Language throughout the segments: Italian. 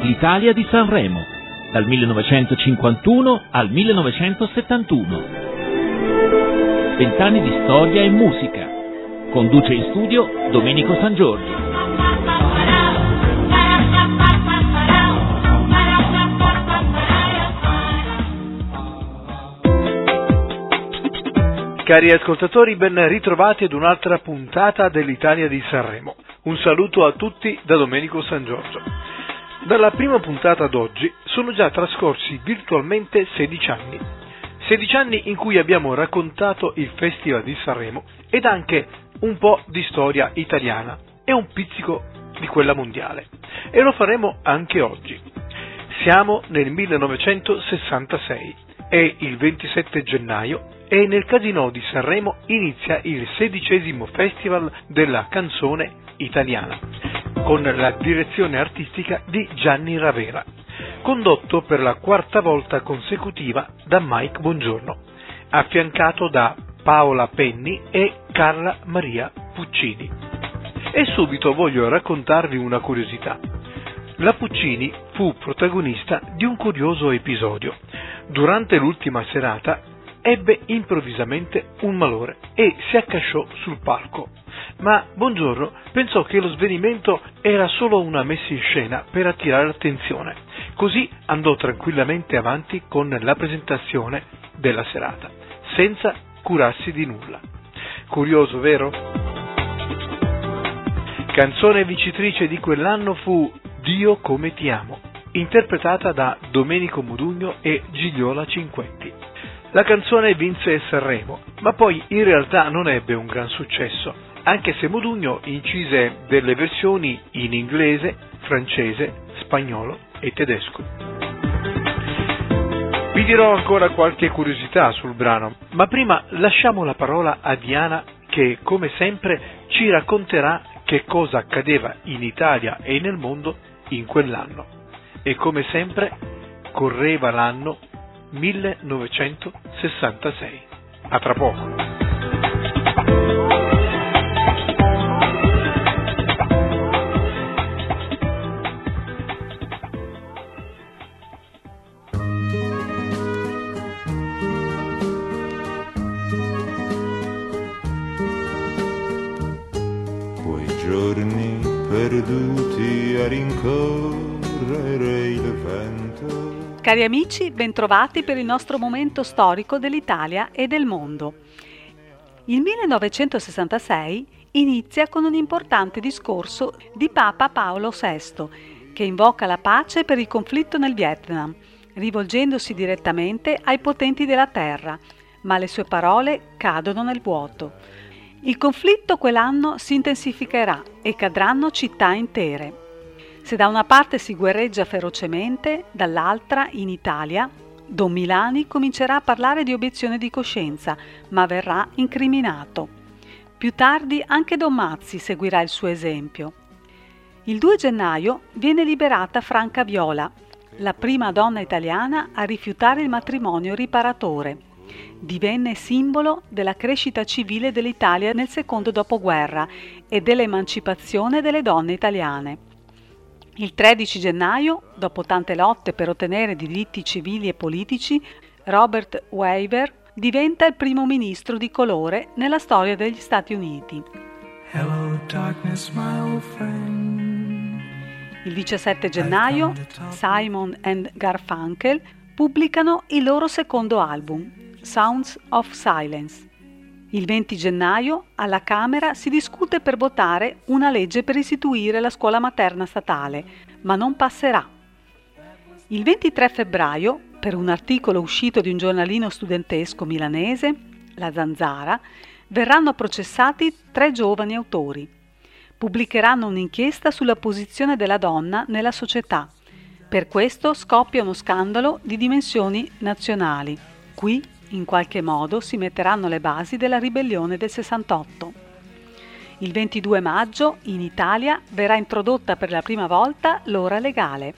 dell'Italia di Sanremo, dal 1951 al 1971. 20 anni di storia e musica. Conduce in studio Domenico San Giorgio. Cari ascoltatori, ben ritrovati ad un'altra puntata dell'Italia di Sanremo. Un saluto a tutti da Domenico San Giorgio. Dalla prima puntata ad oggi sono già trascorsi virtualmente 16 anni. 16 anni in cui abbiamo raccontato il Festival di Sanremo ed anche un po' di storia italiana e un pizzico di quella mondiale. E lo faremo anche oggi. Siamo nel 1966, è il 27 gennaio e nel Casinò di Sanremo inizia il 16° Festival della canzone italiana, con la direzione artistica di Gianni Ravera, condotto per la 4ª volta consecutiva da Mike Bongiorno, affiancato da Paola Penni e Carla Maria Puccini. E subito voglio raccontarvi una curiosità. La Puccini fu protagonista di un curioso episodio. Durante l'ultima serata ebbe improvvisamente un malore e si accasciò sul palco. Ma Bongiorno pensò che lo svenimento era solo una messa in scena per attirare l'attenzione. Così andò tranquillamente avanti con la presentazione della serata, senza curarsi di nulla. Curioso, vero? Canzone vincitrice di quell'anno fu Dio come ti amo, interpretata da Domenico Modugno e Gigliola Cinquetti. La canzone vinse Sanremo, ma poi in realtà non ebbe un gran successo, anche se Modugno incise delle versioni in inglese, francese, spagnolo e tedesco. Vi dirò ancora qualche curiosità sul brano, ma prima lasciamo la parola a Diana che, come sempre, ci racconterà che cosa accadeva in Italia e nel mondo in quell'anno. E come sempre correva l'anno 1966. A tra poco. Quei giorni perduti a rincorrere il vento. Cari amici, bentrovati per il nostro momento storico dell'Italia e del mondo. Il 1966 inizia con un importante discorso di Papa Paolo VI, che invoca la pace per il conflitto nel Vietnam, rivolgendosi direttamente ai potenti della terra, ma le sue parole cadono nel vuoto. Il conflitto quell'anno si intensificherà e cadranno città intere. Se da una parte si guerreggia ferocemente, dall'altra, in Italia, Don Milani comincerà a parlare di obiezione di coscienza, ma verrà incriminato. Più tardi anche Don Mazzi seguirà il suo esempio. Il 2 gennaio viene liberata Franca Viola, la prima donna italiana a rifiutare il matrimonio riparatore. Divenne simbolo della crescita civile dell'Italia nel secondo dopoguerra e dell'emancipazione delle donne italiane. Il 13 gennaio, dopo tante lotte per ottenere diritti civili e politici, Robert Weaver diventa il primo ministro di colore nella storia degli Stati Uniti. Hello, darkness, my old friend. Il 17 gennaio, Simon and Garfunkel pubblicano il loro secondo album, Sounds of Silence. Il 20 gennaio alla Camera si discute per votare una legge per istituire la scuola materna statale, ma non passerà. Il 23 febbraio, per un articolo uscito di un giornalino studentesco milanese, La Zanzara, verranno processati 3 giovani autori. Pubblicheranno un'inchiesta sulla posizione della donna nella società. Per questo scoppia uno scandalo di dimensioni nazionali. Qui in qualche modo si metteranno le basi della ribellione del 68. Il 22 maggio in Italia verrà introdotta per la prima volta l'ora legale.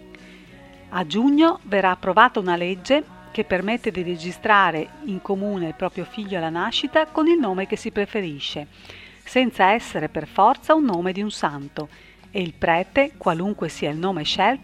A giugno verrà approvata una legge che permette di registrare in comune il proprio figlio alla nascita con il nome che si preferisce, senza essere per forza un nome di un santo, e il prete, qualunque sia il nome scelto,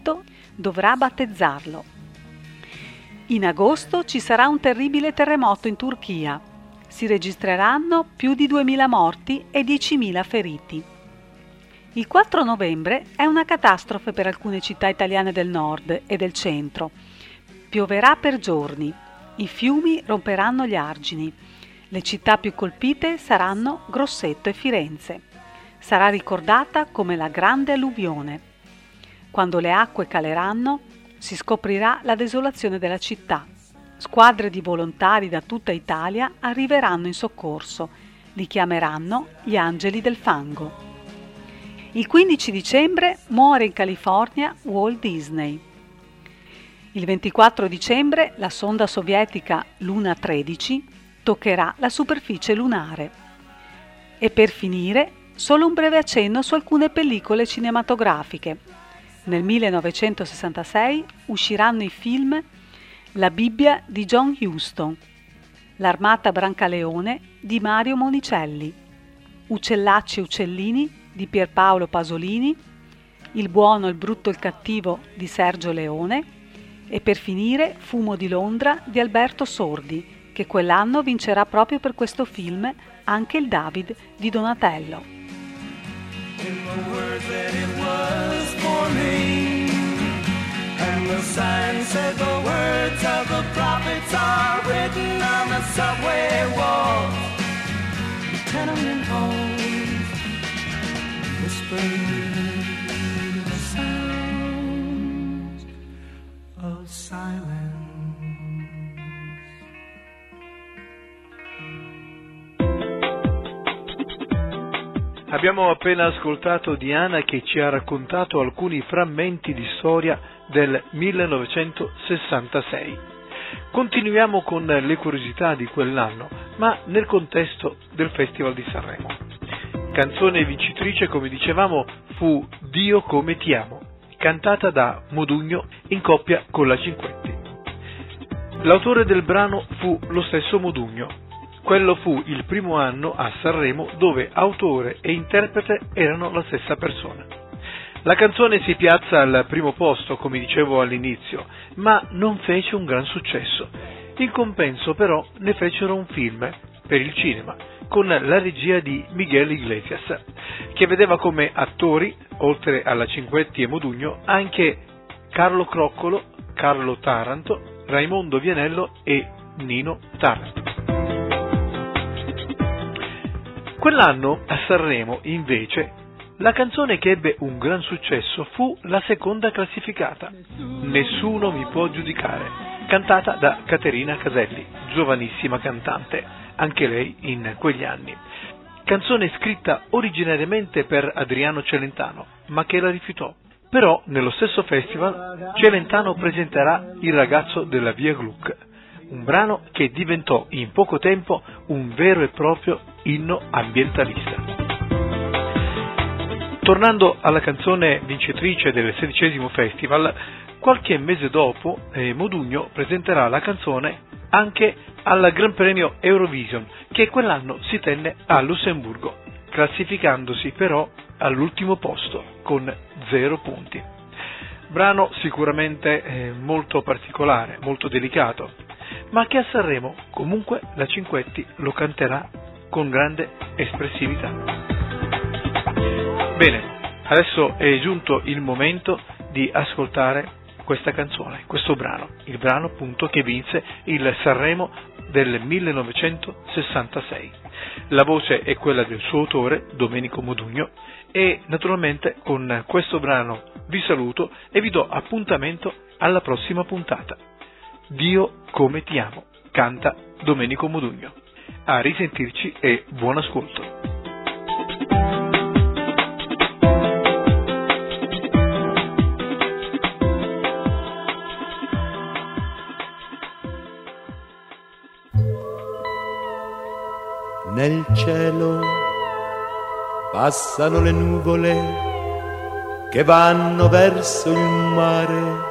dovrà battezzarlo. In agosto ci sarà un terribile terremoto in Turchia. Si registreranno più di 2.000 morti e 10.000 feriti. Il 4 novembre è una catastrofe per alcune città italiane del nord e del centro. Pioverà per giorni, i fiumi romperanno gli argini. Le città più colpite saranno Grosseto e Firenze. Sarà ricordata come la grande alluvione. Quando le acque caleranno, si scoprirà la desolazione della città. Squadre di volontari da tutta Italia arriveranno in soccorso. Li chiameranno gli Angeli del Fango. Il 15 dicembre muore in California Walt Disney. Il 24 dicembre la sonda sovietica Luna 13 toccherà la superficie lunare. E per finire, solo un breve accenno su alcune pellicole cinematografiche. Nel 1966 usciranno i film La Bibbia di John Huston, L'Armata Brancaleone di Mario Monicelli, Uccellacci e Uccellini di Pierpaolo Pasolini, Il buono, il brutto e il cattivo di Sergio Leone e per finire Fumo di Londra di Alberto Sordi, che quell'anno vincerà proprio per questo film anche il David di Donatello. In the words that it was for me, and the sign said the words of the prophets are written on the subway walls, the tenement halls, whispering the sounds of silence. Abbiamo appena ascoltato Diana che ci ha raccontato alcuni frammenti di storia del 1966. Continuiamo con le curiosità di quell'anno, ma nel contesto del Festival di Sanremo. Canzone vincitrice, come dicevamo, fu Dio come ti amo, cantata da Modugno in coppia con la Cinquetti. L'autore del brano fu lo stesso Modugno. Quello fu il primo anno a Sanremo dove autore e interprete erano la stessa persona. La canzone si piazza al primo posto, come dicevo all'inizio, ma non fece un gran successo. In compenso però ne fecero un film per il cinema, con la regia di Miguel Iglesias, che vedeva come attori, oltre alla Cinquetti e Modugno, anche Carlo Croccolo, Carlo Taranto, Raimondo Vianello e Nino Taranto. Quell'anno a Sanremo, invece, la canzone che ebbe un gran successo fu la seconda classificata, Nessuno mi può giudicare, cantata da Caterina Caselli, giovanissima cantante, anche lei in quegli anni. Canzone scritta originariamente per Adriano Celentano, ma che la rifiutò. Però nello stesso festival Celentano presenterà Il ragazzo della via Gluck, un brano che diventò in poco tempo un vero e proprio inno ambientalista. Tornando alla canzone vincitrice del 16° festival, qualche mese dopo Modugno presenterà la canzone anche al Gran Premio Eurovision, che quell'anno si tenne a Lussemburgo, classificandosi però all'ultimo posto con 0 punti. Brano sicuramente molto particolare, molto delicato, ma che a Sanremo comunque la Cinquetti lo canterà con grande espressività. Bene, adesso è giunto il momento di ascoltare questa canzone, questo brano, il brano appunto che vinse il Sanremo del 1966. La voce è quella del suo autore, Domenico Modugno, e naturalmente con questo brano vi saluto e vi do appuntamento alla prossima puntata. Dio come ti amo, canta Domenico Modugno. A risentirci e buon ascolto. Nel cielo passano le nuvole che vanno verso il mare,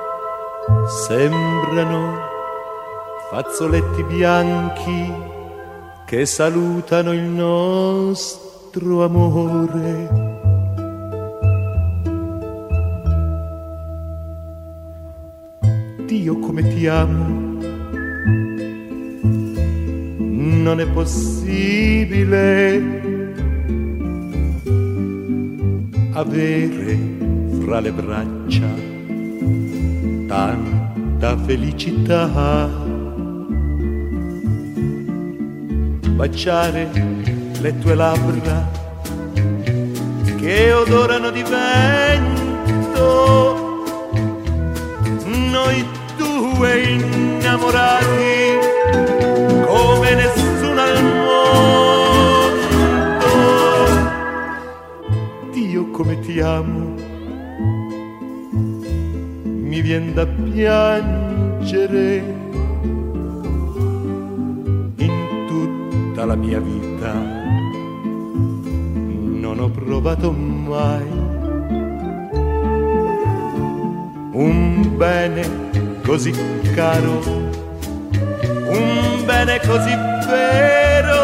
sembrano fazzoletti bianchi che salutano il nostro amore. 'Cause Dio come ti amo. Non è possibile avere fra le braccia tanta felicità, baciare le tue labbra che odorano di vento, noi due innamorati come nessuno al mondo. Dio come ti amo, mi vien da piangere. In tutta la mia vita non ho provato mai un bene così caro, un bene così vero.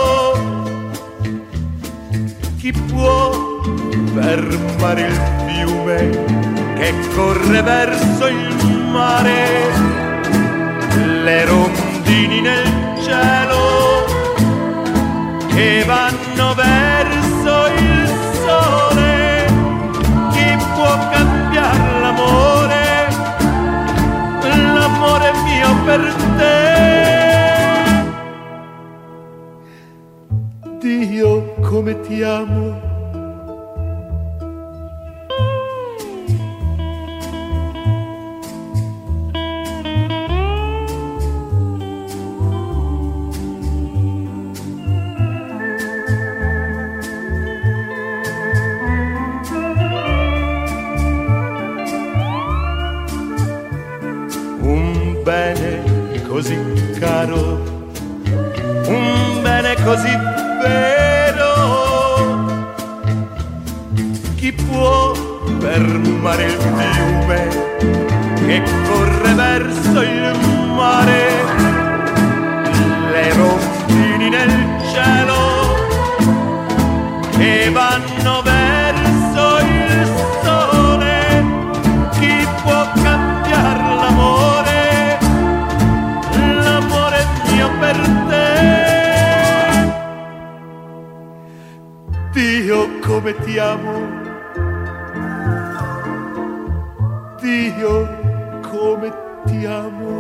Chi può fermare il fiume che corre verso il mare, le rondini nel cielo che vanno verso il sole? Chi può cambiare l'amore, l'amore mio per te? Dio come ti amo. Così caro, un bene così vero. Chi può fermare il fiume che corre verso il mare, le rondini nel cielo che vanno verso il sole? Chi può cambiare l'amore per te? Dio come ti amo, Dio come ti amo.